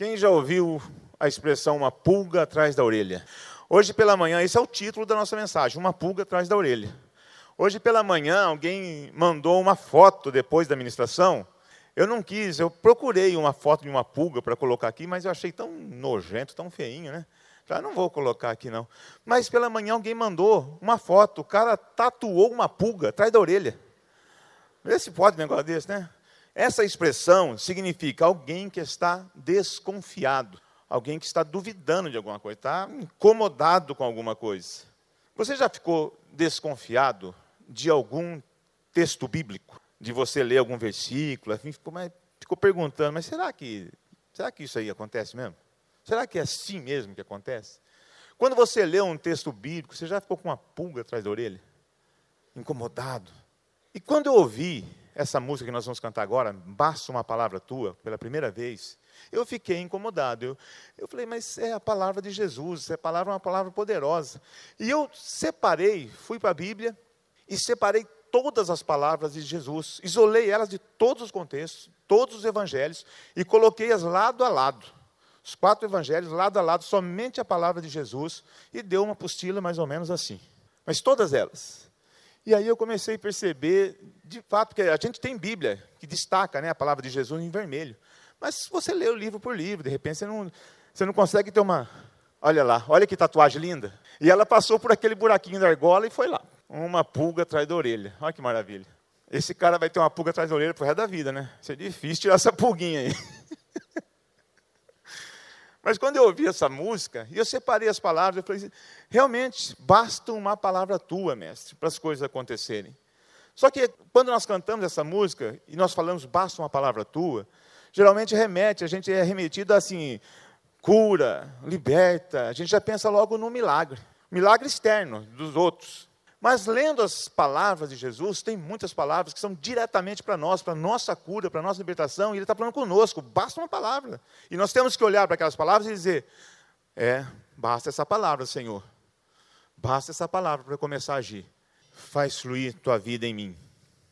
Quem já ouviu a expressão uma pulga atrás da orelha? Hoje pela manhã, esse é o título da nossa mensagem, uma pulga atrás da orelha. Hoje pela manhã, alguém mandou uma foto depois da ministração. Eu não quis, eu procurei uma foto de uma pulga para colocar aqui, mas eu achei tão nojento, tão feinho, né? Falei, não vou colocar aqui não. Mas pela manhã alguém mandou uma foto, o cara tatuou uma pulga atrás da orelha. Vê se pode um negócio desse, né? Essa expressão significa alguém que está desconfiado, alguém que está duvidando de alguma coisa, está incomodado com alguma coisa. Você já ficou desconfiado de algum texto bíblico? De você ler algum versículo, enfim, ficou perguntando, mas será que isso aí acontece mesmo? Será que é assim mesmo que acontece? Quando você lê um texto bíblico, você já ficou com uma pulga atrás da orelha? Incomodado? E quando eu ouvi essa música que nós vamos cantar agora, Basta uma Palavra Tua, pela primeira vez, eu fiquei incomodado. Eu falei, mas é a palavra de Jesus, é uma palavra poderosa. E eu fui para a Bíblia e separei todas as palavras de Jesus, isolei elas de todos os contextos, todos os evangelhos, e coloquei-as lado a lado. Os 4 evangelhos, lado a lado, somente a palavra de Jesus, e deu uma apostila mais ou menos assim. Mas todas elas. E aí eu comecei a perceber, de fato, que a gente tem Bíblia, que destaca, né, a palavra de Jesus em vermelho. Mas se você lê o livro por livro, de repente você não consegue ter uma... Olha lá, olha que tatuagem linda. E ela passou por aquele buraquinho da argola e foi lá. Uma pulga atrás da orelha. Olha que maravilha. Esse cara vai ter uma pulga atrás da orelha pro resto da vida, né? Isso é difícil tirar essa pulguinha aí. Mas quando eu ouvi essa música, e eu separei as palavras, eu falei, realmente, basta uma palavra tua, mestre, para as coisas acontecerem. Só que quando nós cantamos essa música, e nós falamos, basta uma palavra tua, geralmente a gente é remetido assim, cura, liberta, a gente já pensa logo no milagre externo dos outros. Mas lendo as palavras de Jesus, tem muitas palavras que são diretamente para nós, para a nossa cura, para a nossa libertação, e Ele está falando conosco, basta uma palavra. E nós temos que olhar para aquelas palavras e dizer, basta essa palavra, Senhor. Basta essa palavra para começar a agir. Faz fluir tua vida em mim.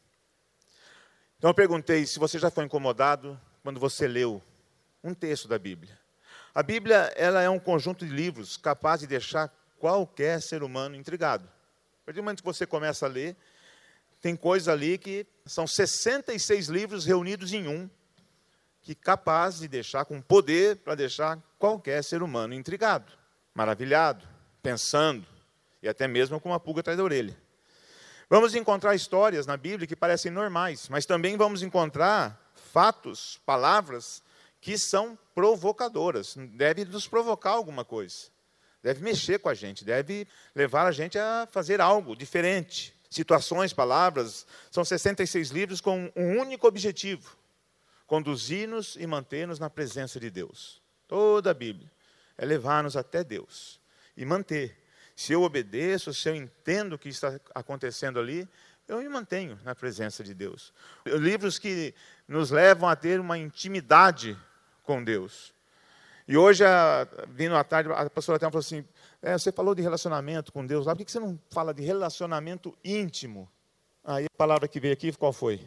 Então eu perguntei se você já foi incomodado quando você leu um texto da Bíblia. A Bíblia, ela é um conjunto de livros capaz de deixar qualquer ser humano intrigado. A partir do momento que você começa a ler, tem coisas ali que são 66 livros reunidos em um, que é capaz de deixar, com poder para deixar qualquer ser humano intrigado, maravilhado, pensando, e até mesmo com uma pulga atrás da orelha. Vamos encontrar histórias na Bíblia que parecem normais, mas também vamos encontrar fatos, palavras, que são provocadoras, devem nos provocar alguma coisa. Deve mexer com a gente, deve levar a gente a fazer algo diferente. Situações, palavras, são 66 livros com um único objetivo: conduzir-nos e manter-nos na presença de Deus. Toda a Bíblia é levar-nos até Deus e manter. Se eu obedeço, se eu entendo o que está acontecendo ali, eu me mantenho na presença de Deus. Livros que nos levam a ter uma intimidade com Deus. E hoje, vindo à tarde, a pastora Thelma falou assim, você falou de relacionamento com Deus lá, por que você não fala de relacionamento íntimo? Aí a palavra que veio aqui, qual foi?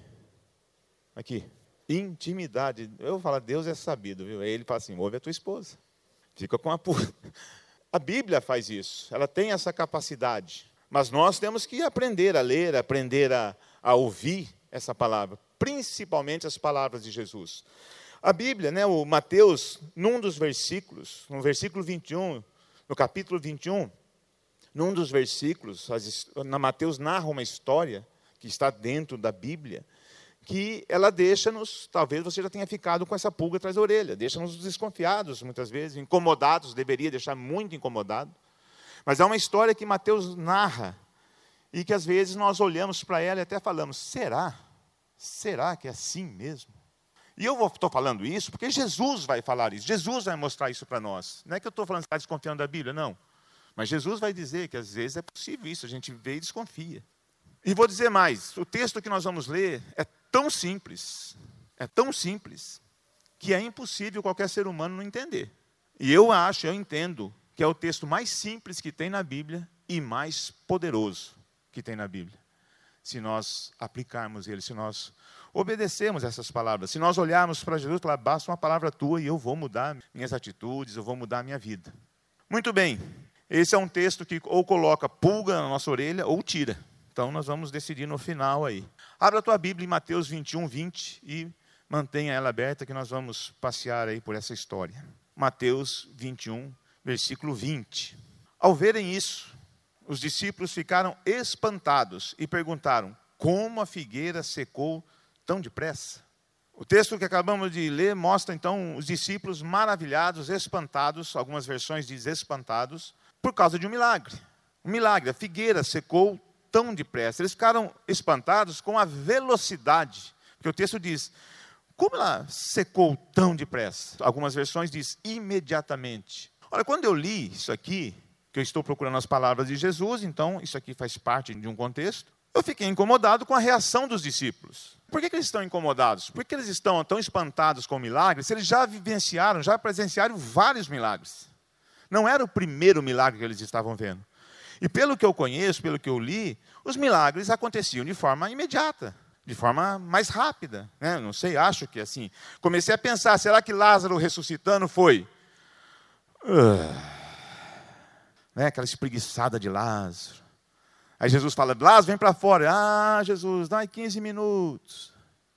Aqui, intimidade. Eu vou falar, Deus é sabido, viu? Aí ele fala assim, ouve a tua esposa, fica com a pulga. A Bíblia faz isso, ela tem essa capacidade. Mas nós temos que aprender a ler, aprender a ouvir essa palavra, principalmente as palavras de Jesus. A Bíblia, né, o Mateus, num dos versículos, no versículo 21, no capítulo 21, num dos versículos, Mateus narra uma história que está dentro da Bíblia, que ela deixa-nos, talvez você já tenha ficado com essa pulga atrás da orelha, deixa-nos desconfiados muitas vezes, incomodados, deveria deixar muito incomodado. Mas é uma história que Mateus narra, e que às vezes nós olhamos para ela e até falamos, será? Será que é assim mesmo? E eu estou falando isso porque Jesus vai falar isso, Jesus vai mostrar isso para nós. Não é que eu estou falando que está desconfiando da Bíblia, não. Mas Jesus vai dizer que às vezes é possível isso, a gente vê e desconfia. E vou dizer mais, o texto que nós vamos ler é tão simples, que é impossível qualquer ser humano não entender. E eu entendo, que é o texto mais simples que tem na Bíblia e mais poderoso que tem na Bíblia. Se nós aplicarmos ele, se nós obedecemos essas palavras. Se nós olharmos para Jesus e falar, basta uma palavra tua e eu vou mudar minhas atitudes, eu vou mudar a minha vida. Muito bem, esse é um texto que ou coloca pulga na nossa orelha ou tira. Então nós vamos decidir no final aí. Abra a tua Bíblia em Mateus 21, 20 e mantenha ela aberta que nós vamos passear aí por essa história. Mateus 21, versículo 20. Ao verem isso, os discípulos ficaram espantados e perguntaram, como a figueira secou tão depressa? O texto que acabamos de ler mostra então os discípulos maravilhados, espantados, algumas versões dizem espantados, por causa de um milagre. Um milagre, a figueira secou tão depressa. Eles ficaram espantados com a velocidade, porque o texto diz, como ela secou tão depressa? Algumas versões dizem imediatamente. Olha, quando eu li isso aqui, que eu estou procurando as palavras de Jesus, então isso aqui faz parte de um contexto, eu fiquei incomodado com a reação dos discípulos. Por que eles estão incomodados? Por que eles estão tão espantados com milagres, se eles já vivenciaram, já presenciaram vários milagres? Não era o primeiro milagre que eles estavam vendo. E pelo que eu conheço, pelo que eu li, os milagres aconteciam de forma imediata, de forma mais rápida. Né? Não sei, acho que assim. Comecei a pensar, será que Lázaro ressuscitando foi? Né? Aquela espreguiçada de Lázaro. Aí Jesus fala, Lázaro, vem para fora. Ah, Jesus, dá 15 minutos.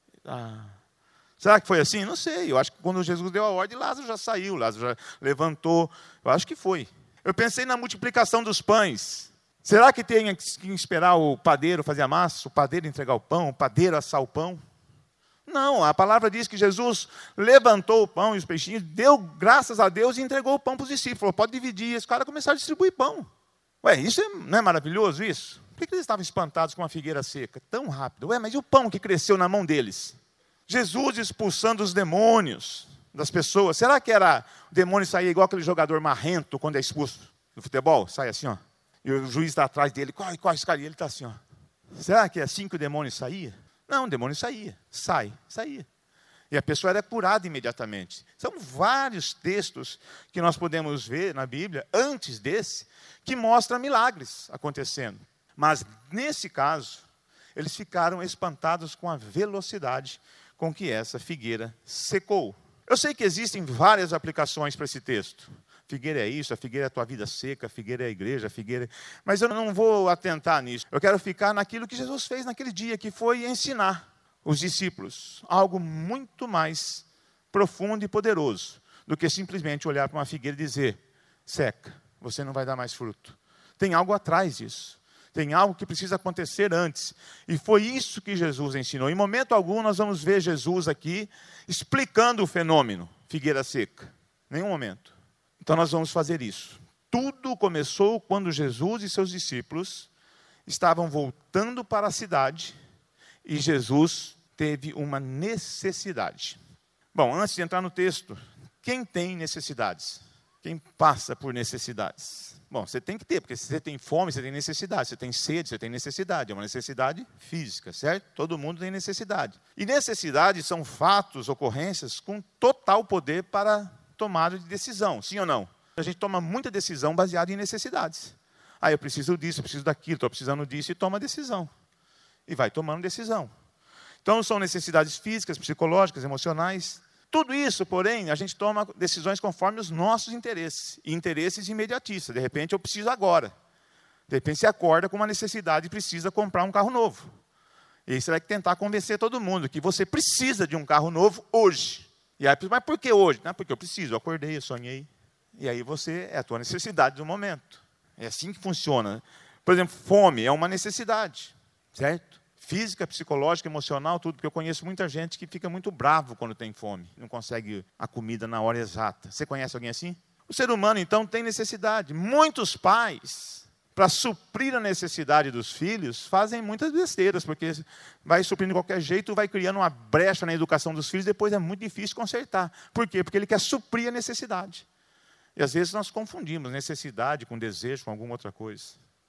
Será que foi assim? Não sei. Eu acho que quando Jesus deu a ordem, Lázaro já saiu, Lázaro já levantou. Eu acho que foi. Eu pensei na multiplicação dos pães. Será que tem que esperar o padeiro fazer a massa, o padeiro entregar o pão, o padeiro assar o pão? Não, a palavra diz que Jesus levantou o pão e os peixinhos, deu graças a Deus e entregou o pão para os discípulos. Falou, pode dividir. E os caras começaram a distribuir pão. Ué, isso não é maravilhoso isso? Por que eles estavam espantados com a figueira seca? Tão rápido. Ué, mas e o pão que cresceu na mão deles? Jesus expulsando os demônios das pessoas. Será que era o demônio sair igual aquele jogador marrento quando é expulso do futebol? Sai assim, ó. E o juiz está atrás dele, corre, esse cara. E ele está assim, ó. Será que é assim que o demônio saía? Não, o demônio saía. Saía. E a pessoa era curada imediatamente. São vários textos que nós podemos ver na Bíblia, antes desse, que mostram milagres acontecendo. Mas, nesse caso, eles ficaram espantados com a velocidade com que essa figueira secou. Eu sei que existem várias aplicações para esse texto. Figueira é isso, a figueira é a tua vida seca, a figueira é a igreja, a figueira... Mas eu não vou atentar nisso. Eu quero ficar naquilo que Jesus fez naquele dia, que foi ensinar os discípulos algo muito mais profundo e poderoso do que simplesmente olhar para uma figueira e dizer, seca, você não vai dar mais fruto. Tem algo atrás disso. Tem algo que precisa acontecer antes. E foi isso que Jesus ensinou. Em momento algum nós vamos ver Jesus aqui explicando o fenômeno figueira seca. Nenhum momento. Então nós vamos fazer isso. Tudo começou quando Jesus e seus discípulos estavam voltando para a cidade e Jesus teve uma necessidade. Bom, antes de entrar no texto, quem tem necessidades? Quem passa por necessidades? Bom, você tem que ter, porque se você tem fome, você tem necessidade. Você tem sede, você tem necessidade. É uma necessidade física, certo? Todo mundo tem necessidade. E necessidades são fatos, ocorrências com total poder para tomada de decisão, sim ou não? A gente toma muita decisão baseada em necessidades. Eu preciso disso, eu preciso daquilo, estou precisando disso, e toma decisão. E vai tomando decisão. Então, são necessidades físicas, psicológicas, emocionais. Tudo isso, porém, a gente toma decisões conforme os nossos interesses. E interesses imediatistas. De repente, eu preciso agora. De repente, você acorda com uma necessidade e precisa comprar um carro novo. E aí você vai tentar convencer todo mundo que você precisa de um carro novo hoje. E aí, mas por que hoje? Não, porque eu preciso, eu acordei, eu sonhei. E aí é a tua necessidade do momento. É assim que funciona. Por exemplo, fome é uma necessidade, certo? Física, psicológica, emocional, tudo. Porque eu conheço muita gente que fica muito bravo quando tem fome. Não consegue a comida na hora exata. Você conhece alguém assim? O ser humano, então, tem necessidade. Muitos pais, para suprir a necessidade dos filhos, fazem muitas besteiras, porque vai suprindo de qualquer jeito, vai criando uma brecha na educação dos filhos, depois é muito difícil consertar. Por quê? Porque ele quer suprir a necessidade. E às vezes nós confundimos necessidade com desejo, com alguma outra coisa.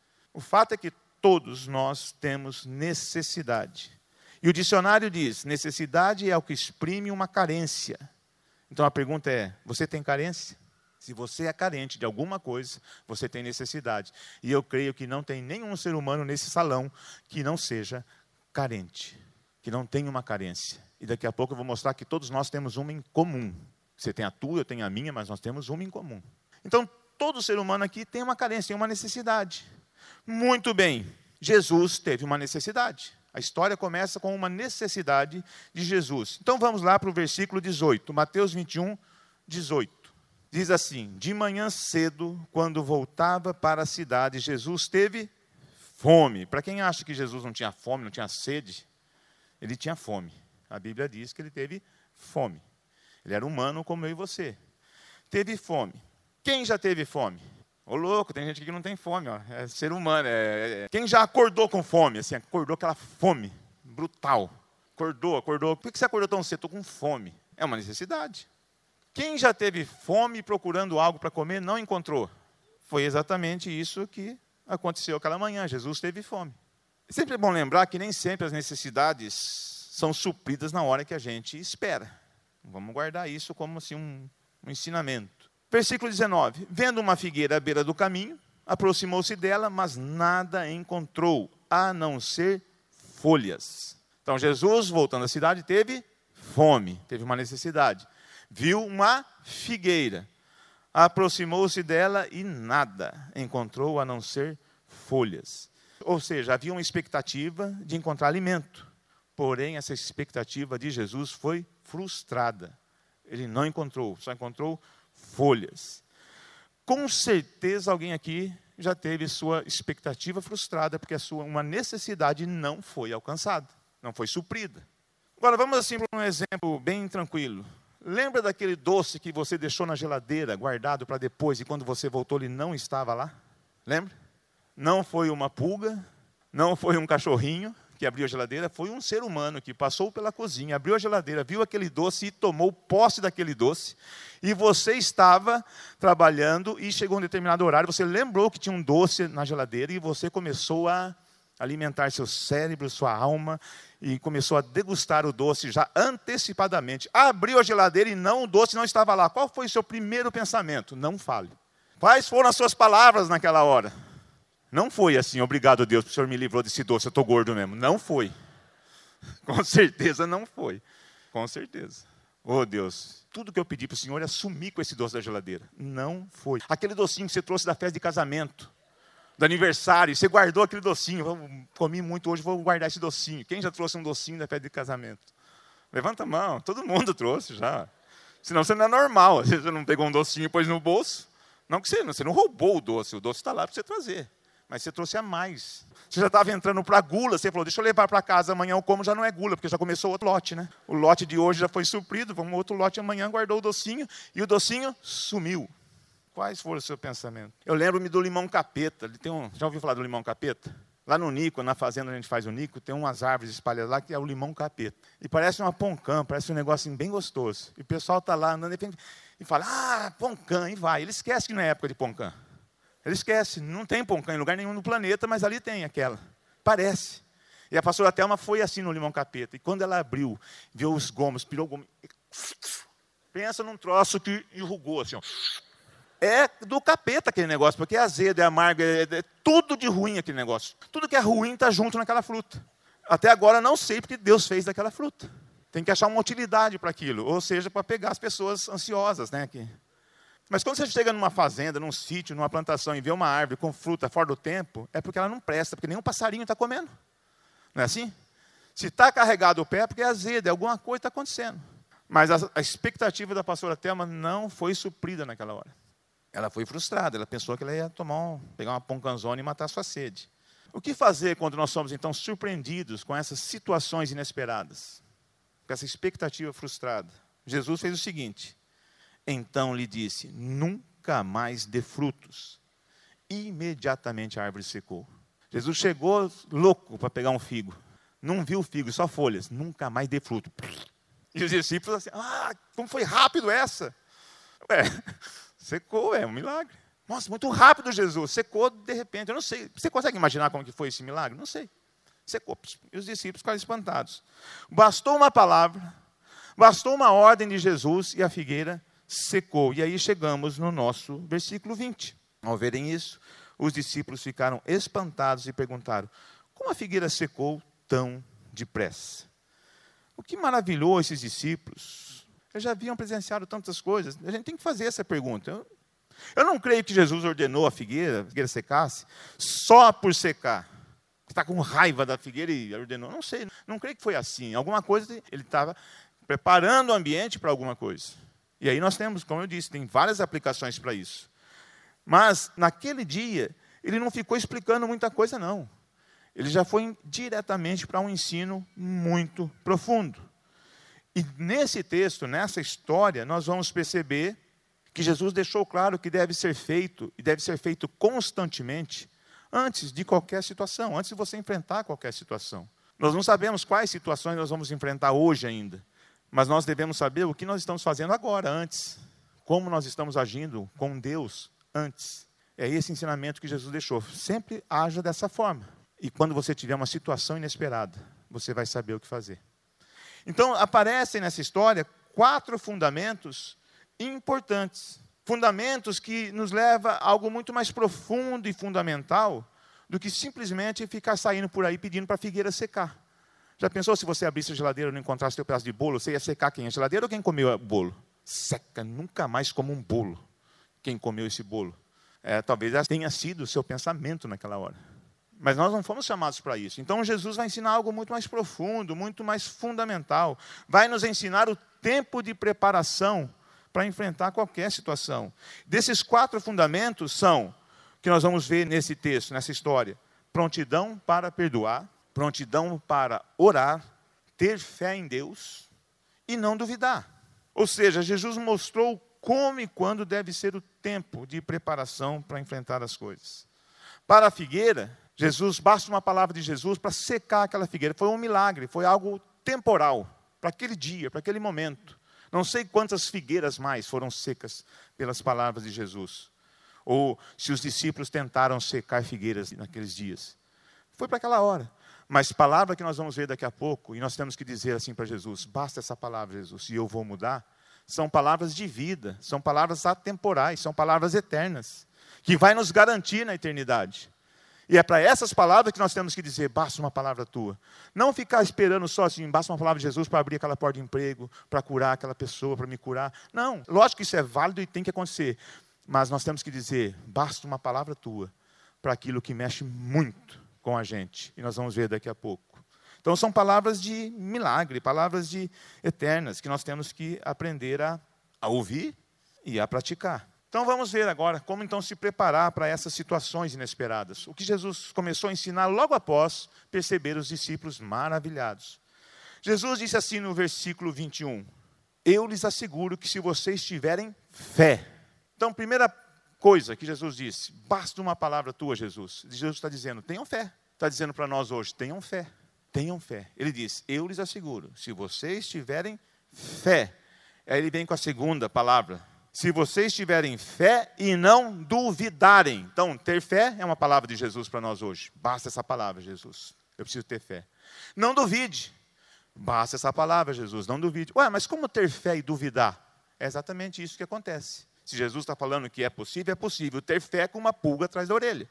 O fato é que todos nós temos necessidade. E o dicionário diz, necessidade é o que exprime uma carência. Então a pergunta é, você tem carência? Se você é carente de alguma coisa, você tem necessidade. E eu creio que não tem nenhum ser humano nesse salão que não seja carente, que não tem uma carência. E daqui a pouco eu vou mostrar que todos nós temos uma em comum. Você tem a tua, eu tenho a minha, mas nós temos uma em comum. Então, todo ser humano aqui tem uma carência, tem uma necessidade. Muito bem, Jesus teve uma necessidade. A história começa com uma necessidade de Jesus. Então, vamos lá para o versículo 18, Mateus 21, 18. Diz assim: de manhã cedo, quando voltava para a cidade, Jesus teve fome. Para quem acha que Jesus não tinha fome, não tinha sede, ele tinha fome. A Bíblia diz que ele teve fome. Ele era humano como eu e você. Teve fome. Quem já teve fome? Ô louco, tem gente que não tem fome, ó. É ser humano. Quem já acordou com fome? Assim, acordou aquela fome brutal. Acordou. Por que você acordou tão cedo? Estou com fome. É uma necessidade. Quem já teve fome procurando algo para comer, não encontrou? Foi exatamente isso que aconteceu aquela manhã. Jesus teve fome. Sempre é bom lembrar que nem sempre as necessidades são supridas na hora que a gente espera. Vamos guardar isso como assim, um ensinamento. Versículo 19. Vendo uma figueira à beira do caminho, aproximou-se dela, mas nada encontrou, a não ser folhas. Então Jesus, voltando à cidade, teve fome, teve uma necessidade. Viu uma figueira, aproximou-se dela e nada encontrou, a não ser folhas. Ou seja, havia uma expectativa de encontrar alimento. Porém, essa expectativa de Jesus foi frustrada. Ele não encontrou, só encontrou folhas. Com certeza alguém aqui já teve sua expectativa frustrada, porque uma necessidade não foi alcançada, não foi suprida. Agora, vamos assim para um exemplo bem tranquilo. Lembra daquele doce que você deixou na geladeira, guardado para depois, e quando você voltou ele não estava lá? Lembra? Não foi uma pulga, não foi um cachorrinho que abriu a geladeira, foi um ser humano que passou pela cozinha, abriu a geladeira, viu aquele doce e tomou posse daquele doce. E você estava trabalhando e chegou um determinado horário, você lembrou que tinha um doce na geladeira e você começou a alimentar seu cérebro, sua alma, e começou a degustar o doce já antecipadamente. Abriu a geladeira e o doce não estava lá. Qual foi o seu primeiro pensamento? Não fale. Quais foram as suas palavras naquela hora? Não foi assim, obrigado Deus, o Senhor me livrou desse doce, eu estou gordo mesmo. Não foi. Com certeza não foi. Com certeza. Oh Deus, tudo que eu pedi para o Senhor é sumir com esse doce da geladeira. Não foi. Aquele docinho que você trouxe da festa de casamento, do aniversário, você guardou aquele docinho. Comi muito hoje, vou guardar esse docinho. Quem já trouxe um docinho da festa de casamento? Levanta a mão, todo mundo trouxe já. Senão você não é normal. Você não pegou um docinho e pôs no bolso. Não que você não roubou o doce está lá para você trazer. Mas você trouxe a mais. Você já estava entrando para a gula, você falou, deixa eu levar para casa, amanhã eu como, já não é gula, porque já começou outro lote, né? O lote de hoje já foi suprido, vamos outro lote amanhã, guardou o docinho, e o docinho sumiu. Quais foram o seu pensamento? Eu lembro-me do limão capeta. Já ouviu falar do limão capeta? Lá no Nico, na fazenda onde a gente faz o Nico, tem umas árvores espalhadas lá, que é o limão capeta. E parece uma poncã, parece um negócio bem gostoso. E o pessoal está lá andando e fala, poncã, e vai. Ele esquece que não é época de poncã. Ele esquece, não tem poncã em lugar nenhum no planeta, mas ali tem aquela. Parece. E a pastora Thelma foi assim no limão capeta. E quando ela abriu, viu os gomos, pirou o gomo. Pensa num troço que enrugou assim, ó. É do capeta aquele negócio, porque é azedo, é amargo, é tudo de ruim aquele negócio. Tudo que é ruim está junto naquela fruta. Até agora não sei porque Deus fez daquela fruta. Tem que achar uma utilidade para aquilo, ou seja, para pegar as pessoas ansiosas, né? Mas quando você chega numa fazenda, num sítio, numa plantação e vê uma árvore com fruta fora do tempo, é porque ela não presta, porque nenhum passarinho está comendo. Não é assim? Se está carregado o pé, é porque é azedo, alguma coisa está acontecendo. Mas a expectativa da pastora Thelma não foi suprida naquela hora. Ela foi frustrada, ela pensou que ela ia pegar uma poncanzona e matar a sua sede. O que fazer quando nós somos, então, surpreendidos com essas situações inesperadas? Com essa expectativa frustrada? Jesus fez o seguinte, então lhe disse, nunca mais dê frutos. Imediatamente a árvore secou. Jesus chegou louco para pegar um figo. Não viu o figo, só folhas. Nunca mais dê fruto. E os discípulos assim, como foi rápido essa? Secou, é um milagre. Nossa, muito rápido, Jesus. Secou de repente. Eu não sei. Você consegue imaginar como que foi esse milagre? Não sei. Secou. E os discípulos ficaram espantados. Bastou uma palavra, bastou uma ordem de Jesus e a figueira secou. E aí chegamos no nosso versículo 20. Ao verem isso, os discípulos ficaram espantados e perguntaram, como a figueira secou tão depressa? O que maravilhou esses discípulos? Eles já haviam presenciado tantas coisas. A gente tem que fazer essa pergunta. Eu não creio que Jesus ordenou a figueira secasse só por secar. Está com raiva da figueira e ordenou. Não sei, não creio que foi assim. Alguma coisa, ele estava preparando o ambiente para alguma coisa. E aí nós temos, como eu disse, tem várias aplicações para isso. Mas, naquele dia, ele não ficou explicando muita coisa, não. Ele já foi diretamente para um ensino muito profundo. E nesse texto, nessa história, nós vamos perceber que Jesus deixou claro que deve ser feito, e deve ser feito constantemente, antes de qualquer situação, antes de você enfrentar qualquer situação. Nós não sabemos quais situações nós vamos enfrentar hoje ainda, mas nós devemos saber o que nós estamos fazendo agora, antes. Como nós estamos agindo com Deus antes. É esse ensinamento que Jesus deixou. Sempre haja dessa forma. E quando você tiver uma situação inesperada, você vai saber o que fazer. Então, aparecem nessa história 4 fundamentos importantes. Fundamentos que nos levam a algo muito mais profundo e fundamental do que simplesmente ficar saindo por aí pedindo para a figueira secar. Já pensou se você abrisse a geladeira e não encontrasse o seu pedaço de bolo, você ia secar quem? A geladeira ou quem comeu o bolo? Seca, nunca mais como um bolo. Quem comeu esse bolo? Talvez tenha sido o seu pensamento naquela hora. Mas nós não fomos chamados para isso. Então Jesus vai ensinar algo muito mais profundo, muito mais fundamental. Vai nos ensinar o tempo de preparação para enfrentar qualquer situação. Desses 4 fundamentos são, que nós vamos ver nesse texto, nessa história: prontidão para perdoar, prontidão para orar, ter fé em Deus e não duvidar. Ou seja, Jesus mostrou como e quando deve ser o tempo de preparação para enfrentar as coisas. Para a figueira, basta uma palavra de Jesus para secar aquela figueira. Foi um milagre, foi algo temporal, para aquele dia, para aquele momento. Não sei quantas figueiras mais foram secas pelas palavras de Jesus. Ou se os discípulos tentaram secar figueiras naqueles dias. Foi para aquela hora. Mas palavra que nós vamos ver daqui a pouco, e nós temos que dizer assim para Jesus: basta essa palavra, Jesus, e eu vou mudar. São palavras de vida, são palavras atemporais, são palavras eternas, que vai nos garantir na eternidade. E é para essas palavras que nós temos que dizer: basta uma palavra tua. Não ficar esperando só assim, basta uma palavra de Jesus para abrir aquela porta de emprego, para curar aquela pessoa, para me curar. Não, lógico que isso é válido e tem que acontecer. Mas nós temos que dizer: basta uma palavra tua para aquilo que mexe muito com a gente. E nós vamos ver daqui a pouco. Então são palavras de milagre, palavras eternas, que nós temos que aprender a ouvir e a praticar. Então vamos ver agora como então se preparar para essas situações inesperadas. O que Jesus começou a ensinar logo após perceber os discípulos maravilhados. Jesus disse assim no versículo 21, eu lhes asseguro que se vocês tiverem fé. Então, primeira coisa que Jesus disse, basta uma palavra tua, Jesus. Jesus está dizendo, tenham fé. Está dizendo para nós hoje, tenham fé. Tenham fé. Ele diz, eu lhes asseguro, se vocês tiverem fé. Aí ele vem com a segunda palavra. Se vocês tiverem fé e não duvidarem. Então, ter fé é uma palavra de Jesus para nós hoje. Basta essa palavra, Jesus. Eu preciso ter fé. Não duvide. Basta essa palavra, Jesus. Não duvide. Ué, mas como ter fé e duvidar? É exatamente isso que acontece. Se Jesus está falando que é possível, ter fé com uma pulga atrás da orelha.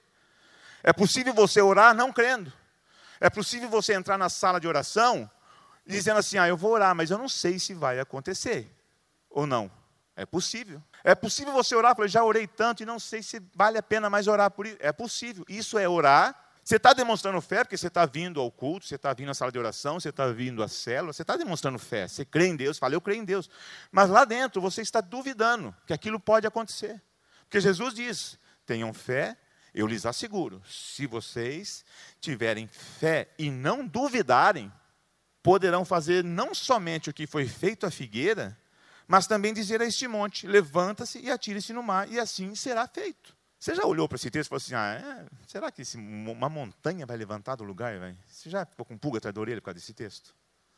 É possível você orar não crendo. É possível você entrar na sala de oração dizendo assim, eu vou orar, mas eu não sei se vai acontecer. Ou não. É possível. É possível você orar, falei, já orei tanto e não sei se vale a pena mais orar por isso. É possível. Isso é orar. Você está demonstrando fé porque você está vindo ao culto, você está vindo à sala de oração, você está vindo à célula, você está demonstrando fé. Você crê em Deus, fala, eu creio em Deus. Mas lá dentro você está duvidando que aquilo pode acontecer. Porque Jesus diz, tenham fé, eu lhes asseguro, se vocês tiverem fé e não duvidarem, poderão fazer não somente o que foi feito à figueira, mas também dizer a este monte, levanta-se e atire-se no mar, e assim será feito. Você já olhou para esse texto e falou assim, será que uma montanha vai levantar do lugar? Véio? Você já ficou com pulga atrás da orelha por causa desse texto?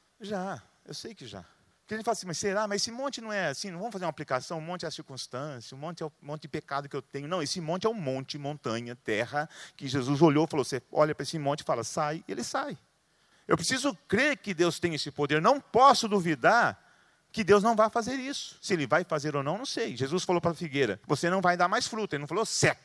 Já, eu sei que já. Porque ele fala assim, mas será? Mas esse monte não é assim, não vamos fazer uma aplicação, o monte é a circunstância, o monte é o monte de pecado que eu tenho. Não, esse monte é um monte, montanha, terra, que Jesus olhou e falou, você olha para esse monte e fala, sai, e ele sai. Eu preciso crer que Deus tem esse poder, não posso duvidar que Deus não vai fazer isso. Se ele vai fazer ou não, não sei. Jesus falou para a figueira, você não vai dar mais fruta. Ele não falou seca. Ele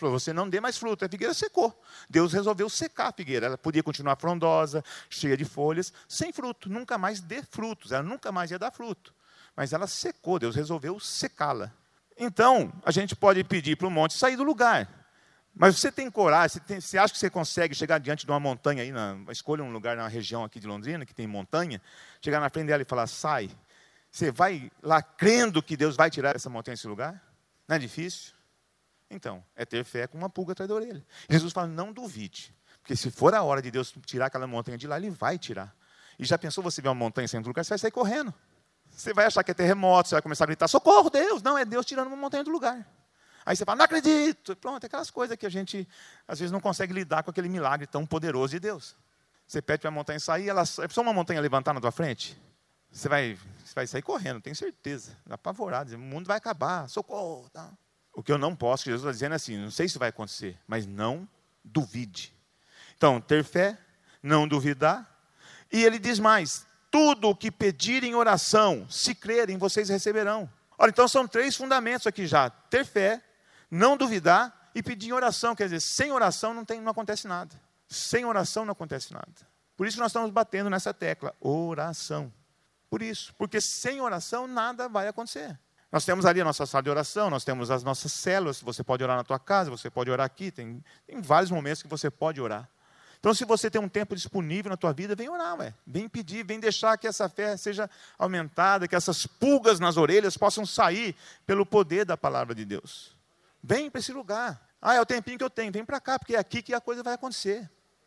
Falou, você não dê mais fruto. A figueira secou. Deus resolveu secar a figueira. Ela podia continuar frondosa, cheia de folhas, sem fruto. Nunca mais dê frutos. Ela nunca mais ia dar fruto. Mas ela secou. Deus resolveu secá-la. Então, a gente pode pedir para o monte sair do lugar. Mas você tem coragem, você acha que você consegue chegar diante de uma montanha aí, escolha um lugar na região aqui de Londrina, que tem montanha, chegar na frente dela e falar, sai. Você vai lá crendo que Deus vai tirar essa montanha desse lugar? Não é difícil? Então, é ter fé com uma pulga atrás da orelha. Jesus fala, não duvide. Porque se for a hora de Deus tirar aquela montanha de lá, Ele vai tirar. E já pensou você ver uma montanha sem lugar, você vai sair correndo. Você vai achar que é terremoto, você vai começar a gritar, socorro, Deus! Não, é Deus tirando uma montanha do lugar. Aí você fala, não acredito. Pronto, é aquelas coisas que a gente, às vezes, não consegue lidar com aquele milagre tão poderoso de Deus. Você pede para a montanha sair, é só uma montanha levantar na tua frente. Você vai sair correndo, tenho certeza. Apavorado, o mundo vai acabar, socorro. Tá. O que eu não posso, Jesus está dizendo assim, não sei se vai acontecer, mas não duvide. Então, ter fé, não duvidar. E ele diz mais, tudo o que pedirem em oração, se crerem, vocês receberão. Olha, então são 3 fundamentos aqui já. Ter fé, não duvidar e pedir em oração. Quer dizer, sem oração não acontece nada. Sem oração não acontece nada. Por isso nós estamos batendo nessa tecla, oração. Por isso, porque sem oração nada vai acontecer. Nós temos ali a nossa sala de oração, nós temos as nossas células, você pode orar na tua casa, você pode orar aqui, tem vários momentos que você pode orar. Então, se você tem um tempo disponível na tua vida, vem orar, vem pedir, vem deixar que essa fé seja aumentada, que essas pulgas nas orelhas possam sair pelo poder da palavra de Deus. Vem para esse lugar. É o tempinho que eu tenho, vem para cá, porque é aqui que a coisa vai acontecer.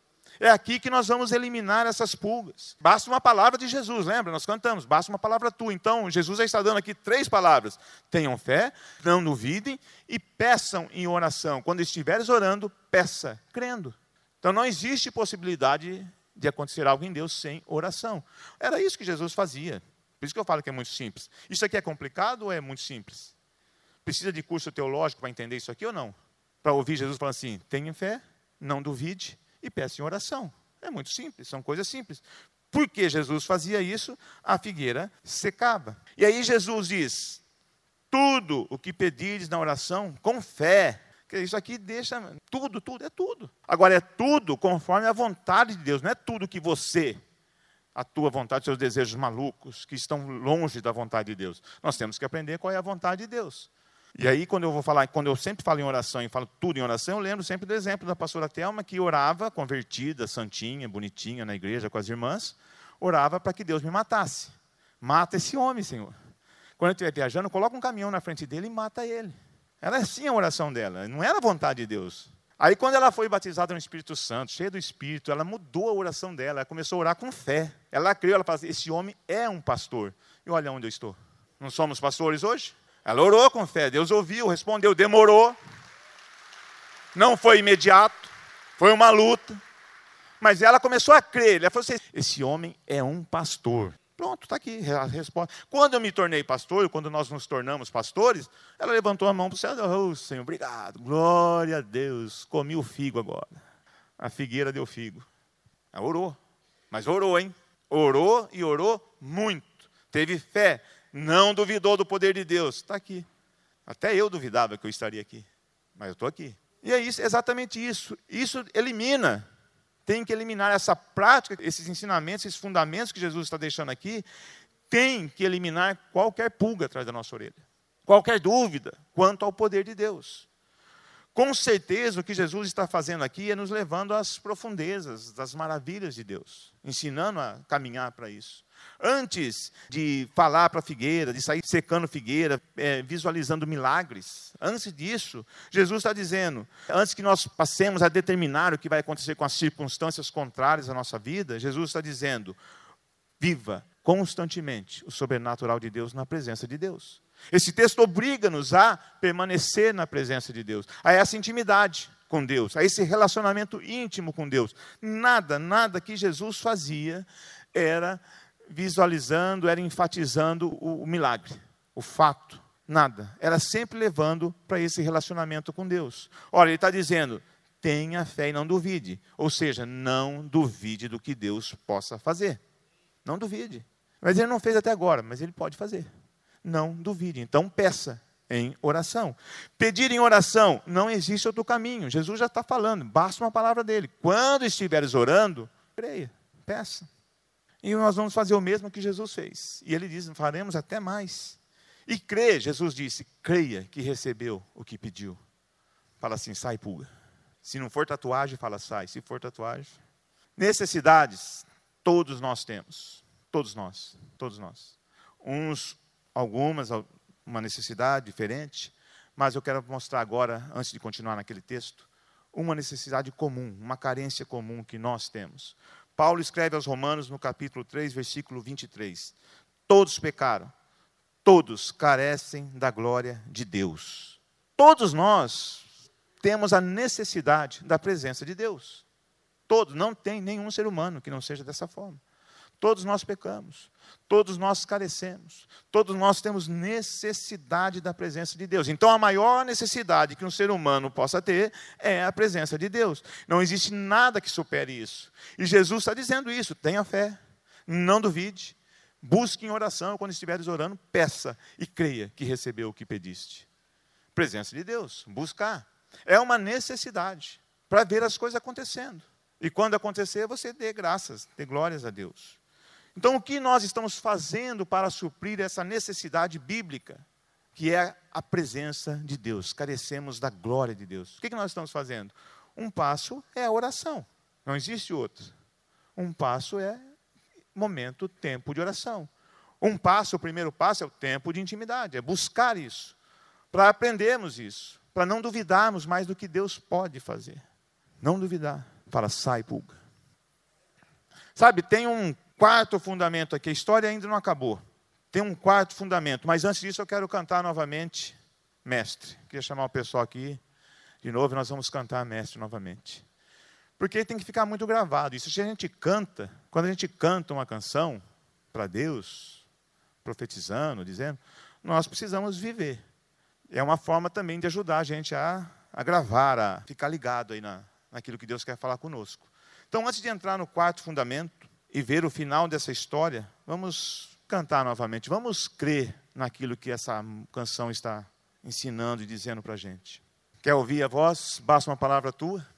É aqui que nós vamos eliminar essas pulgas. Basta uma palavra de Jesus, lembra? Nós cantamos, basta uma palavra tua. Então, Jesus já está dando aqui 3 palavras. Tenham fé, não duvidem e peçam em oração. Quando estiveres orando, peça, crendo. Então, não existe possibilidade de acontecer algo em Deus sem oração. Era isso que Jesus fazia. Por isso que eu falo que é muito simples. Isso aqui é complicado ou é muito simples? Precisa de curso teológico para entender isso aqui ou não? Para ouvir Jesus falando assim, tenha fé, não duvide e peça em oração. É muito simples, são coisas simples. Porque Jesus fazia isso, a figueira secava. E aí Jesus diz, tudo o que pedires na oração, com fé. Porque isso aqui deixa tudo, é tudo. Agora é tudo conforme a vontade de Deus, não é tudo que você, a tua vontade, seus desejos malucos, que estão longe da vontade de Deus. Nós temos que aprender qual é a vontade de Deus. E aí, quando eu sempre falo em oração e falo tudo em oração, eu lembro sempre do exemplo da pastora Thelma, que orava, convertida, santinha, bonitinha, na igreja com as irmãs, orava para que Deus me matasse. Mata esse homem, Senhor. Quando eu estiver viajando, coloca um caminhão na frente dele e mata ele. Era assim a oração dela, não era a vontade de Deus. Aí, quando ela foi batizada no Espírito Santo, cheia do Espírito, ela mudou a oração dela, ela começou a orar com fé. Ela creu, ela falou assim, esse homem é um pastor. E olha onde eu estou. Não somos pastores hoje? Ela orou com fé, Deus ouviu, respondeu, demorou. Não foi imediato, foi uma luta. Mas ela começou a crer, ela falou assim, esse homem é um pastor. Pronto, está aqui a resposta. Quando eu me tornei pastor, quando nós nos tornamos pastores, ela levantou a mão para o céu, oh, Senhor, obrigado, glória a Deus, comi o figo agora. A figueira deu figo. Ela orou, mas orou, hein? Orou e orou muito. Teve fé, não duvidou do poder de Deus. Está aqui. Até eu duvidava que eu estaria aqui, mas eu estou aqui. E é isso, exatamente isso. Isso elimina. Tem que eliminar essa prática, esses ensinamentos, esses fundamentos que Jesus está deixando aqui, tem que eliminar qualquer pulga atrás da nossa orelha. Qualquer dúvida quanto ao poder de Deus. Com certeza, o que Jesus está fazendo aqui é nos levando às profundezas, das maravilhas de Deus. Ensinando a caminhar para isso. Antes de falar para a figueira, de sair secando figueira, visualizando milagres, antes disso, Jesus está dizendo, antes que nós passemos a determinar o que vai acontecer com as circunstâncias contrárias à nossa vida, Jesus está dizendo, viva constantemente o sobrenatural de Deus na presença de Deus. Esse texto obriga-nos a permanecer na presença de Deus, a essa intimidade com Deus, a esse relacionamento íntimo com Deus. Nada que Jesus fazia era visualizando, era enfatizando o milagre, o fato, nada. Era sempre levando para esse relacionamento com Deus. Olha, ele está dizendo, tenha fé e não duvide. Ou seja, não duvide do que Deus possa fazer. Não duvide. Mas ele não fez até agora, mas ele pode fazer. Não duvide. Então peça, em oração. Pedir em oração, não existe outro caminho. Jesus já está falando, basta uma palavra dele. Quando estiveres orando, creia, peça. E nós vamos fazer o mesmo que Jesus fez. E ele diz, faremos até mais. E crê, Jesus disse, creia que recebeu o que pediu. Fala assim, sai pulga. Se não for tatuagem, fala sai. Se for tatuagem. Necessidades, todos nós temos. Todos nós. Algumas, uma necessidade diferente. Mas eu quero mostrar agora, antes de continuar naquele texto, uma necessidade comum, uma carência comum que nós temos. Paulo escreve aos Romanos, no capítulo 3, versículo 23. Todos pecaram, todos carecem da glória de Deus. Todos nós temos a necessidade da presença de Deus. Todos, não tem nenhum ser humano que não seja dessa forma. Todos nós pecamos, todos nós carecemos, todos nós temos necessidade da presença de Deus. Então, a maior necessidade que um ser humano possa ter é a presença de Deus. Não existe nada que supere isso. E Jesus está dizendo isso, tenha fé, não duvide, busque em oração, quando estiveres orando, peça e creia que recebeu o que pediste. Presença de Deus, buscar. É uma necessidade para ver as coisas acontecendo. E quando acontecer, você dê graças, dê glórias a Deus. Então, o que nós estamos fazendo para suprir essa necessidade bíblica, que é a presença de Deus? Carecemos da glória de Deus. O que nós estamos fazendo? Um passo é a oração, não existe outro. Um passo é momento, tempo de oração. Um passo, o primeiro passo é o tempo de intimidade, é buscar isso, para aprendermos isso, para não duvidarmos mais do que Deus pode fazer. Não duvidar. Fala, sai, pulga. Sabe, tem um quarto fundamento aqui, a história ainda não acabou. Tem um quarto fundamento, mas antes disso eu quero cantar novamente, Mestre. Queria chamar o pessoal aqui de novo e nós vamos cantar Mestre novamente. Porque tem que ficar muito gravado. Isso, se a gente canta, quando a gente canta uma canção para Deus, profetizando, dizendo, nós precisamos viver. É uma forma também de ajudar a gente a gravar, a ficar ligado aí naquilo que Deus quer falar conosco. Então, antes de entrar no quarto fundamento e ver o final dessa história, vamos cantar novamente, vamos crer naquilo que essa canção está ensinando e dizendo para a gente. Quer ouvir a voz? Basta uma palavra tua?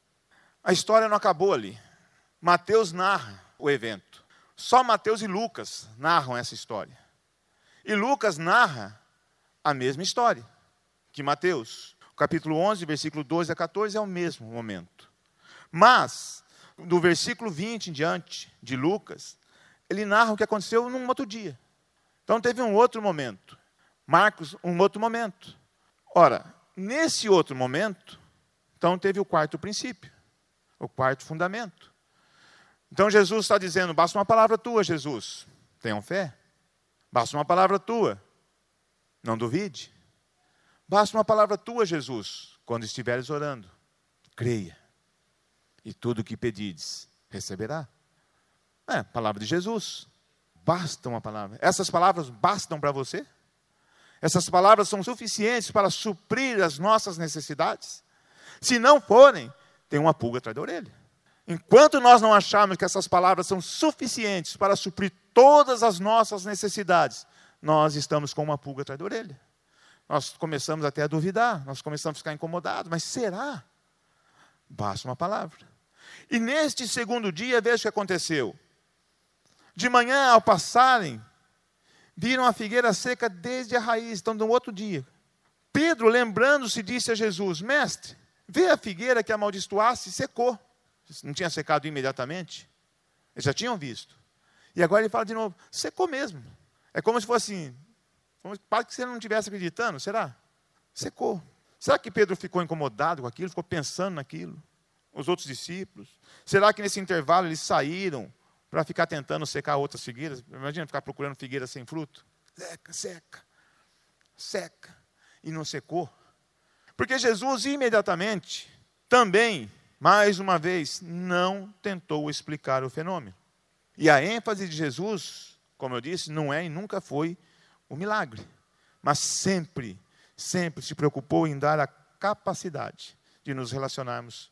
A história não acabou ali. Mateus narra o evento. Só Mateus e Lucas narram essa história. E Lucas narra a mesma história que Mateus. O capítulo 11, versículo 12 a 14 é o mesmo momento. Mas, do versículo 20 em diante de Lucas, ele narra o que aconteceu num outro dia. Então teve um outro momento. Marcos, um outro momento. Ora, nesse outro momento, então teve o quarto princípio, o quarto fundamento. Então Jesus está dizendo, basta uma palavra tua, Jesus. Tenham fé. Basta uma palavra tua. Não duvide. Basta uma palavra tua, Jesus, quando estiveres orando. Creia. E tudo o que pedides, receberá. É, palavra de Jesus. Basta uma palavra. Essas palavras bastam para você? Essas palavras são suficientes para suprir as nossas necessidades? Se não forem, tem uma pulga atrás da orelha. Enquanto nós não acharmos que essas palavras são suficientes para suprir todas as nossas necessidades, nós estamos com uma pulga atrás da orelha. Nós começamos até a duvidar, nós começamos a ficar incomodados, mas será? Basta uma palavra. E neste segundo dia, veja o que aconteceu. De manhã, ao passarem, viram a figueira seca desde a raiz, então no outro dia. Pedro, lembrando-se, disse a Jesus, Mestre, vê a figueira que amaldiçoasse, secou. Não tinha secado imediatamente? Eles já tinham visto. E agora ele fala de novo, secou mesmo. É como se fosse assim, para que você não estivesse acreditando, será? Secou. Será que Pedro ficou incomodado com aquilo, ficou pensando naquilo? Os outros discípulos? Será que nesse intervalo eles saíram para ficar tentando secar outras figueiras? Imagina ficar procurando figueira sem fruto. Seca. E não secou. Porque Jesus imediatamente, também, mais uma vez, não tentou explicar o fenômeno. E a ênfase de Jesus, como eu disse, não é e nunca foi o milagre. Mas sempre se preocupou em dar a capacidade de nos relacionarmos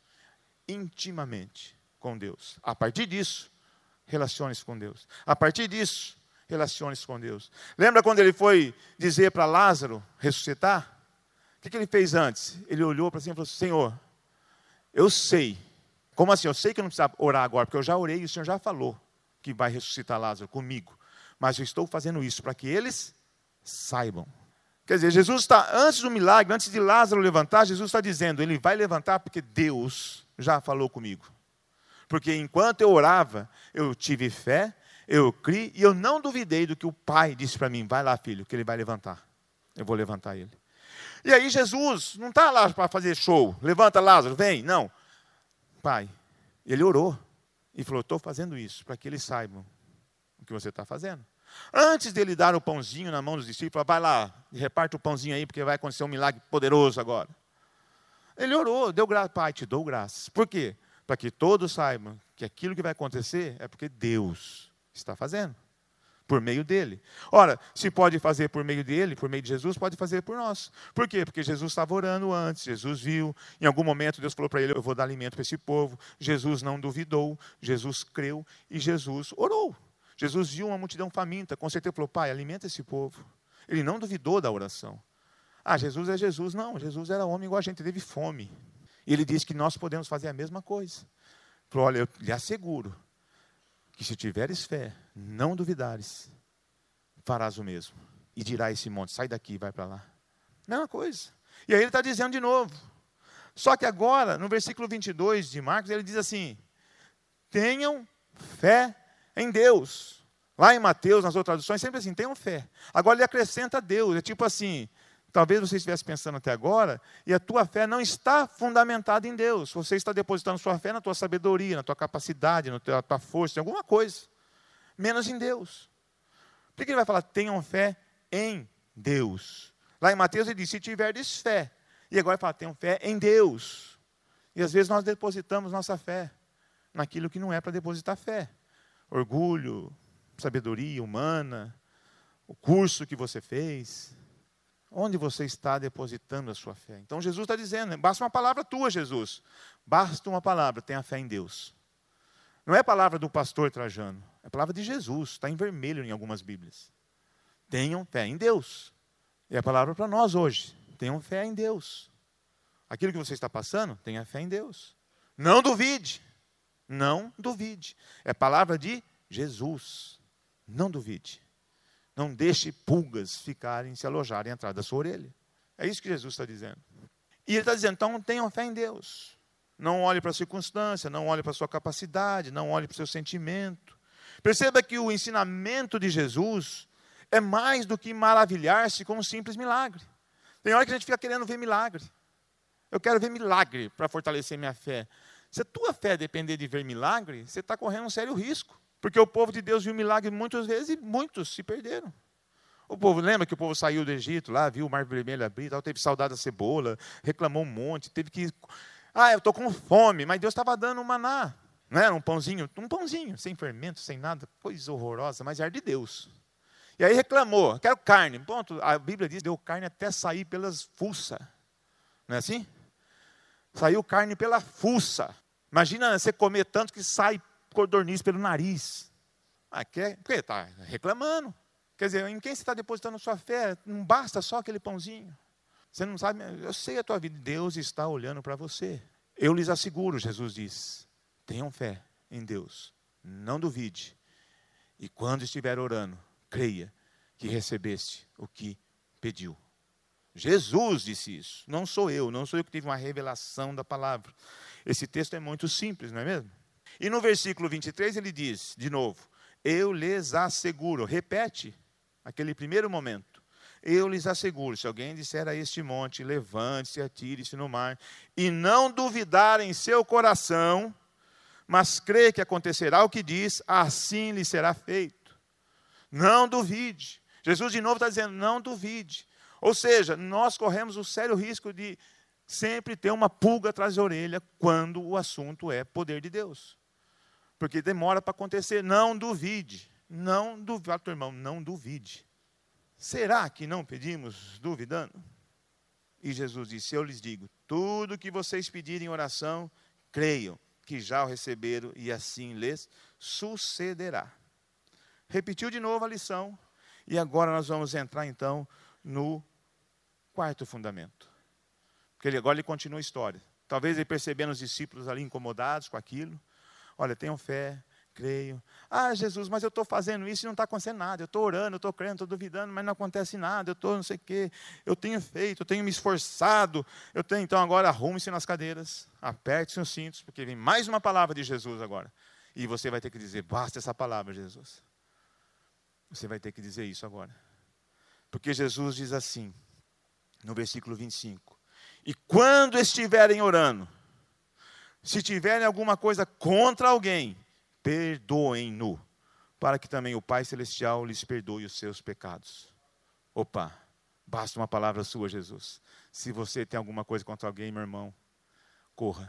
intimamente com Deus. A partir disso, relacione-se com Deus. A partir disso, Relacione-se com Deus. Lembra quando ele foi dizer para Lázaro ressuscitar? O que ele fez antes? Ele olhou para cima e falou assim, Senhor, eu sei. Como assim? Eu sei que eu não preciso orar agora, porque eu já orei e o Senhor já falou que vai ressuscitar Lázaro comigo. Mas eu estou fazendo isso para que eles saibam. Quer dizer, Jesus está, antes do milagre, antes de Lázaro levantar, Jesus está dizendo, ele vai levantar porque Deus já falou comigo. Porque enquanto eu orava, eu tive fé, eu criei e eu não duvidei do que o Pai disse para mim, vai lá filho, que ele vai levantar. Eu vou levantar ele. E aí Jesus não está lá para fazer show, levanta Lázaro, vem, não. Pai, ele orou e falou, estou fazendo isso para que eles saibam o que você está fazendo. Antes dele dar o pãozinho na mão dos discípulos, vai lá, reparte o pãozinho aí, porque vai acontecer um milagre poderoso agora. Ele orou, deu graça, Pai, te dou graças. Por quê? Para que todos saibam que aquilo que vai acontecer é porque Deus está fazendo, por meio dele. Ora, se pode fazer por meio dele, por meio de Jesus, pode fazer por nós. Por quê? Porque Jesus estava orando antes, Jesus viu, em algum momento Deus falou para ele, eu vou dar alimento para esse povo. Jesus não duvidou, Jesus creu e Jesus orou. Jesus viu uma multidão faminta, com certeza falou, Pai, alimenta esse povo. Ele não duvidou da oração. Ah, Jesus é Jesus. Não, Jesus era homem igual a gente, teve fome. E ele disse que nós podemos fazer a mesma coisa. Falou, olha, eu lhe asseguro que se tiveres fé, não duvidares, farás o mesmo. E dirá esse monte, sai daqui e vai para lá. Mesma coisa. E aí ele está dizendo de novo. Só que agora, no versículo 22 de Marcos, ele diz assim, tenham fé em Deus. Lá em Mateus, nas outras traduções, sempre assim, tenham fé. Agora ele acrescenta Deus, é tipo assim, talvez você estivesse pensando até agora, e a tua fé não está fundamentada em Deus. Você está depositando sua fé na tua sabedoria, na tua capacidade, na tua força, em alguma coisa. Menos em Deus. Por que ele vai falar, tenham fé em Deus? Lá em Mateus ele diz, se tiverdes fé. E agora ele fala, tenham fé em Deus. E às vezes nós depositamos nossa fé naquilo que não é para depositar fé. Orgulho, sabedoria humana, o curso que você fez. Onde você está depositando a sua fé? Então Jesus está dizendo, basta uma palavra tua, Jesus. Basta uma palavra, tenha fé em Deus. Não é a palavra do pastor Trajano, é a palavra de Jesus, está em vermelho em algumas Bíblias. Tenham fé em Deus. É a palavra para nós hoje. Tenham fé em Deus. Aquilo que você está passando, tenha fé em Deus. Não duvide. Não duvide. É a palavra de Jesus. Não duvide. Não deixe pulgas ficarem, se alojarem atrás da sua orelha. É isso que Jesus está dizendo. E ele está dizendo, então tenham fé em Deus. Não olhe para a circunstância, não olhe para a sua capacidade, não olhe para o seu sentimento. Perceba que o ensinamento de Jesus é mais do que maravilhar-se com um simples milagre. Tem hora que a gente fica querendo ver milagre. Eu quero ver milagre para fortalecer minha fé. Se a tua fé depender de ver milagre, você está correndo um sério risco. Porque o povo de Deus viu milagre muitas vezes e muitos se perderam. O povo, lembra que o povo saiu do Egito lá, viu o mar vermelho abrir, tal, teve saudade da cebola, reclamou um monte, teve que... eu estou com fome, mas Deus estava dando um maná. Não era um pãozinho, sem fermento, sem nada, coisa horrorosa, mas era de Deus. E aí reclamou, quero carne. Ponto. A Bíblia diz, deu carne até sair pelas fuças. Não é assim? Saiu carne pela fuça. Imagina você comer tanto que sai codorniz pelo nariz. Porque está reclamando. Quer dizer, em quem você está depositando sua fé? Não basta só aquele pãozinho. Você não sabe, eu sei a tua vida. Deus está olhando para você. Eu lhes asseguro, Jesus diz, tenham fé em Deus. Não duvide. E quando estiver orando, creia que recebeste o que pediu. Jesus disse isso. Não sou eu que tive uma revelação da palavra. Esse texto é muito simples, não é mesmo? E no versículo 23 ele diz, de novo, eu lhes asseguro, repete aquele primeiro momento, eu lhes asseguro, se alguém disser a este monte, levante-se, atire-se no mar, e não duvidar em seu coração, mas crê que acontecerá o que diz, assim lhe será feito. Não duvide. Jesus de novo está dizendo, não duvide. Ou seja, nós corremos o sério risco de sempre ter uma pulga atrás da orelha quando o assunto é poder de Deus. Porque demora para acontecer. Não duvide. Não duvide. Fala, teu irmão, não duvide. Será que não pedimos duvidando? E Jesus disse, eu lhes digo, tudo que vocês pedirem em oração, creiam que já o receberam e assim lhes sucederá. repetiu de novo a lição. E agora nós vamos entrar, então, no quarto fundamento. Porque agora ele continua a história. Talvez ele percebendo os discípulos ali incomodados com aquilo. Olha, tenham fé, creio. Ah, Jesus, mas eu estou fazendo isso e não está acontecendo nada. Eu estou orando, eu estou crendo, estou duvidando, mas não acontece nada. Eu estou não sei o quê. Eu tenho feito, eu tenho me esforçado. Então agora arrume-se nas cadeiras, aperte-se os cintos, porque vem mais uma palavra de Jesus agora. E você vai ter que dizer, basta essa palavra, Jesus. Você vai ter que dizer isso agora. Porque Jesus diz assim, no versículo 25. E quando estiverem orando, se tiverem alguma coisa contra alguém, perdoem-no, para que também o Pai Celestial lhes perdoe os seus pecados. Opa, basta uma palavra sua, Jesus. Se você tem alguma coisa contra alguém, meu irmão, corra,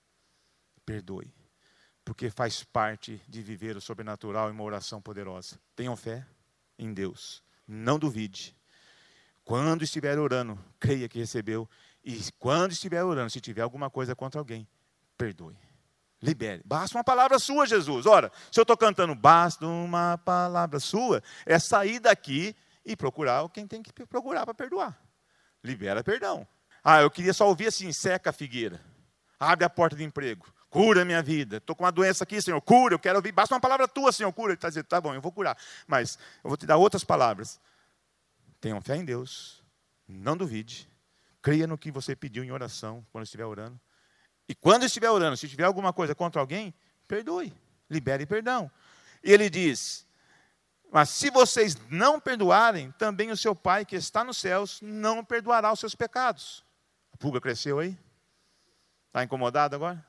perdoe. Porque faz parte de viver o sobrenatural e uma oração poderosa. Tenham fé em Deus, não duvide. Quando estiver orando, creia que recebeu. E quando estiver orando, se tiver alguma coisa contra alguém, perdoe. Libere. Basta uma palavra sua, Jesus. Ora, se eu estou cantando, basta uma palavra sua, é sair daqui e procurar quem tem que procurar para perdoar. Libera perdão. Ah, eu queria só ouvir assim, seca a figueira. Abre a porta de emprego. Cura a minha vida. Estou com uma doença aqui, Senhor. Cura, eu quero ouvir. Basta uma palavra tua, Senhor. Cura. Ele está dizendo, tá bom, eu vou curar. Mas eu vou te dar outras palavras. Tenham fé em Deus. Não duvide. Creia no que você pediu em oração, quando estiver orando. E quando estiver orando, se tiver alguma coisa contra alguém, perdoe. Libere perdão. E ele diz, mas se vocês não perdoarem, também o seu Pai que está nos céus não perdoará os seus pecados. A pulga cresceu aí? Está incomodado agora?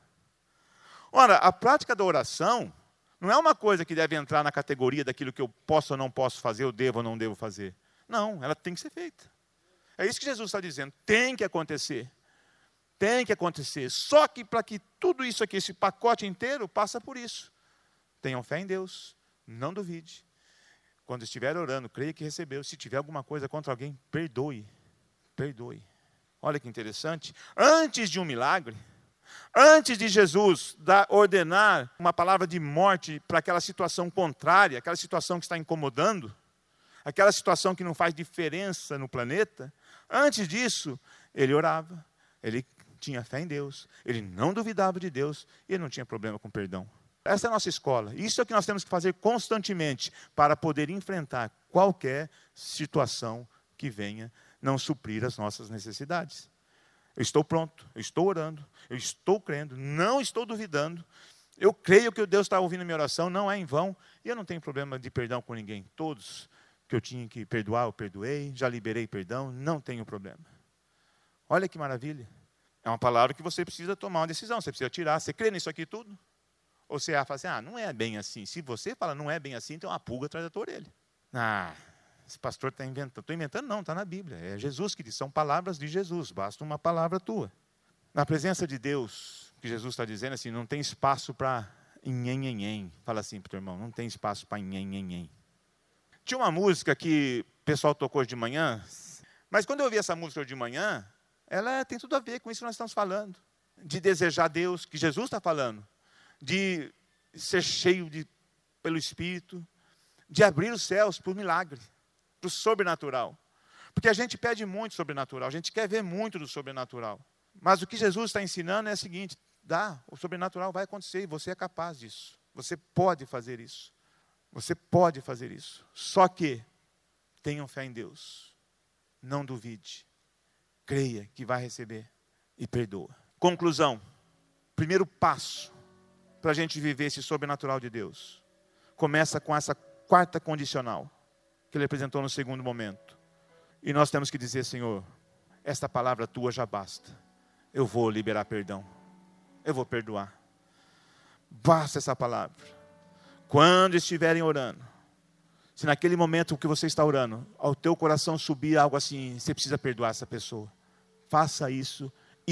Ora, a prática da oração não é uma coisa que deve entrar na categoria daquilo que eu posso ou não posso fazer, eu devo ou não devo fazer. Não, ela tem que ser feita. É isso que Jesus está dizendo, tem que acontecer. Tem que acontecer. Só que para que tudo isso aqui, esse pacote inteiro, passa por isso. Tenham fé em Deus, não duvide. Quando estiver orando, creia que recebeu. Se tiver alguma coisa contra alguém, perdoe. Perdoe. Olha que interessante. Antes de um milagre, antes de Jesus ordenar uma palavra de morte para aquela situação contrária, aquela situação que está incomodando, aquela situação que não faz diferença no planeta, antes disso, ele orava, ele tinha fé em Deus, ele não duvidava de Deus e ele não tinha problema com perdão. Essa é a nossa escola. Isso é o que nós temos que fazer constantemente para poder enfrentar qualquer situação que venha não suprir as nossas necessidades. Eu estou pronto, eu estou orando, eu estou crendo, não estou duvidando. Eu creio que o Deus está ouvindo minha oração, não é em vão. E eu não tenho problema de perdão com ninguém. Todos que eu tinha que perdoar, eu perdoei. Já liberei perdão, não tenho problema. Olha que maravilha. É uma palavra que você precisa tomar uma decisão. Você precisa tirar. Você crê nisso aqui tudo? Ou você fala assim, não é bem assim. Se você fala não é bem assim, tem uma pulga atrás da tua orelha. Esse pastor está inventando. Estou inventando não, está na Bíblia. É Jesus que diz, são palavras de Jesus. Basta uma palavra tua. Na presença de Deus, que Jesus está dizendo assim, não tem espaço para nhen. Fala assim para o teu irmão, não tem espaço para nhen. Tinha uma música que o pessoal tocou hoje de manhã, mas quando eu ouvi essa música hoje de manhã, ela tem tudo a ver com isso que nós estamos falando. De desejar Deus, que Jesus está falando. De ser cheio pelo Espírito. De abrir os céus por milagre. Para o sobrenatural. Porque a gente pede muito sobrenatural. A gente quer ver muito do sobrenatural. Mas o que Jesus está ensinando é o seguinte. O sobrenatural vai acontecer e você é capaz disso. Você pode fazer isso. Você pode fazer isso. Só que tenham fé em Deus. Não duvide. Creia que vai receber e perdoa. Conclusão. Primeiro passo para a gente viver esse sobrenatural de Deus. Começa com essa quarta condicional que ele apresentou no segundo momento. E nós temos que dizer, Senhor, esta palavra tua já basta. Eu vou liberar perdão. Eu vou perdoar. Basta essa palavra. Quando estiverem orando, se naquele momento que você está orando, ao teu coração subir algo assim, você precisa perdoar essa pessoa. Faça isso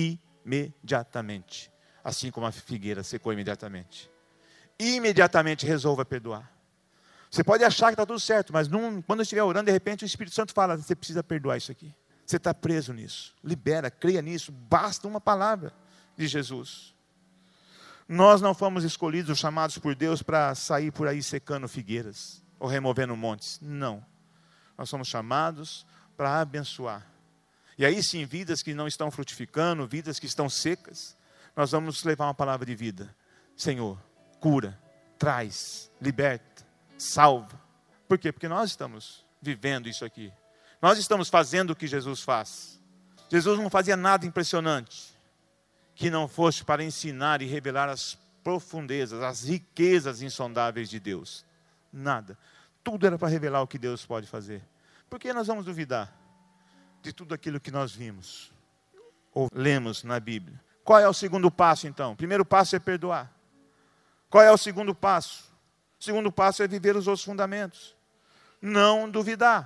imediatamente. Assim como a figueira secou imediatamente. Imediatamente resolva perdoar. Você pode achar que está tudo certo, mas quando estiver orando, de repente o Espírito Santo fala, você precisa perdoar isso aqui. Você está preso nisso. Libera, creia nisso. Basta uma palavra de Jesus. Nós não fomos escolhidos ou chamados por Deus para sair por aí secando figueiras. ou removendo montes. Não. Nós somos chamados para abençoar. E aí sim, vidas que não estão frutificando, vidas que estão secas, nós vamos levar uma palavra de vida. Senhor, cura, traz, liberta, salva. Por quê? Porque nós estamos vivendo isso aqui. Nós estamos fazendo o que Jesus faz. Jesus não fazia nada impressionante que não fosse para ensinar e revelar as profundezas, as riquezas insondáveis de Deus. Nada. Tudo era para revelar o que Deus pode fazer. Por que nós vamos duvidar de tudo aquilo que nós vimos ou lemos na Bíblia? Qual é o segundo passo, então? O primeiro passo é perdoar. Qual é o segundo passo? O segundo passo é viver os outros fundamentos. Não duvidar.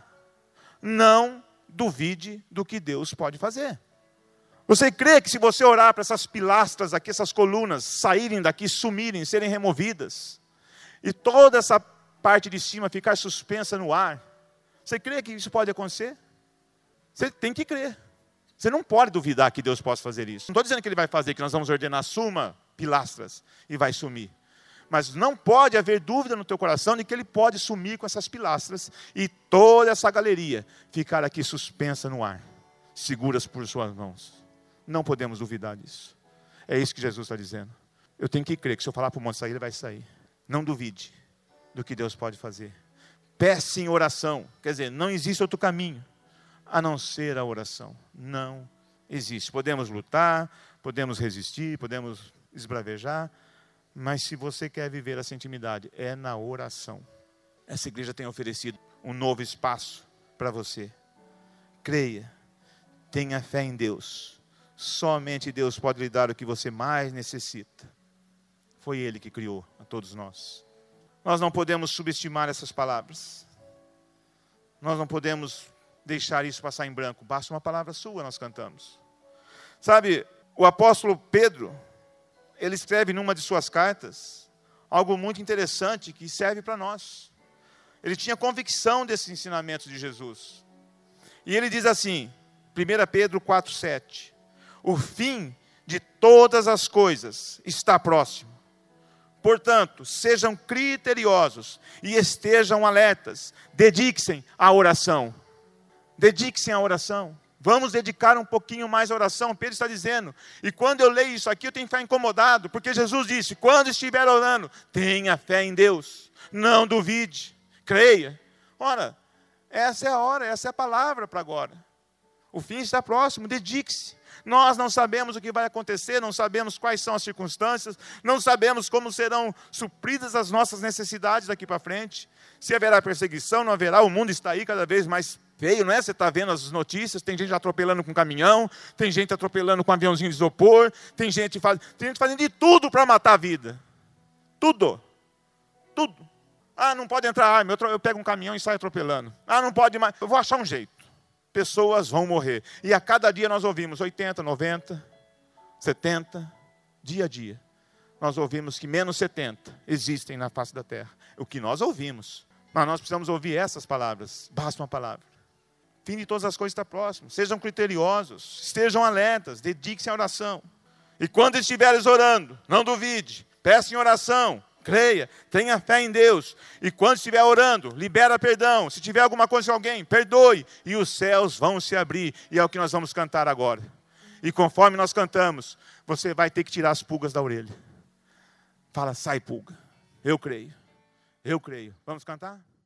Não duvide do que Deus pode fazer. Você crê que se você orar para essas pilastras aqui, essas colunas, saírem daqui, sumirem, serem removidas, e toda essa parte de cima ficar suspensa no ar, você crê que isso pode acontecer? Você tem que crer. Você não pode duvidar que Deus possa fazer isso. Não estou dizendo que Ele vai fazer, que nós vamos ordenar suma pilastras e vai sumir. Mas não pode haver dúvida no teu coração de que Ele pode sumir com essas pilastras e toda essa galeria ficar aqui suspensa no ar, seguras por suas mãos. Não podemos duvidar disso. É isso que Jesus está dizendo. Eu tenho que crer que se eu falar para o monte sair, ele vai sair. Não duvide do que Deus pode fazer. Peça em oração. Quer dizer, não existe outro caminho a não ser a oração. Não existe. Podemos lutar, podemos resistir, podemos esbravejar, mas se você quer viver essa intimidade, é na oração. Essa igreja tem oferecido um novo espaço para você. Creia, tenha fé em Deus. Somente Deus pode lhe dar o que você mais necessita. Foi Ele que criou a todos nós. Nós não podemos subestimar essas palavras. Nós não podemos deixar isso passar em branco. Basta uma palavra sua, nós cantamos. Sabe, o apóstolo Pedro, ele escreve numa de suas cartas algo muito interessante que serve para nós. Ele tinha convicção desses ensinamentos de Jesus. E ele diz assim, 1 Pedro 4,7: o fim de todas as coisas está próximo. Portanto, sejam criteriosos e estejam alertas. Dediquem-se à oração. Dediquem-se à oração. Vamos dedicar um pouquinho mais à oração. Pedro está dizendo. E quando eu leio isso aqui, eu tenho que ficar incomodado. Porque Jesus disse, quando estiver orando, tenha fé em Deus. Não duvide. Creia. Ora, essa é a hora, essa é a palavra para agora. O fim está próximo, dedique-se. Nós não sabemos o que vai acontecer, não sabemos quais são as circunstâncias, não sabemos como serão supridas as nossas necessidades daqui para frente. Se haverá perseguição, não haverá, o mundo está aí cada vez mais feio, não é? Você está vendo as notícias, tem gente atropelando com caminhão, tem gente atropelando com aviãozinho de isopor, tem gente fazendo de tudo para matar a vida. Tudo. Tudo. Ah, não pode entrar arma, eu pego um caminhão e saio atropelando. Ah, não pode mais, eu vou achar um jeito. Pessoas vão morrer. E a cada dia nós ouvimos 80, 90, 70, dia a dia. Nós ouvimos que menos 70 existem na face da terra. O que nós ouvimos. Mas nós precisamos ouvir essas palavras. Basta uma palavra. O fim de todas as coisas está próximo. Sejam criteriosos, estejam alertas, dediquem-se à oração. E quando estiveres orando, não duvide, peça em oração. Creia, tenha fé em Deus. E quando estiver orando, libera perdão. Se tiver alguma coisa com alguém, perdoe. E os céus vão se abrir. E é o que nós vamos cantar agora. E conforme nós cantamos, você vai ter que tirar as pulgas da orelha. Fala, sai pulga. Eu creio. Eu creio. Vamos cantar?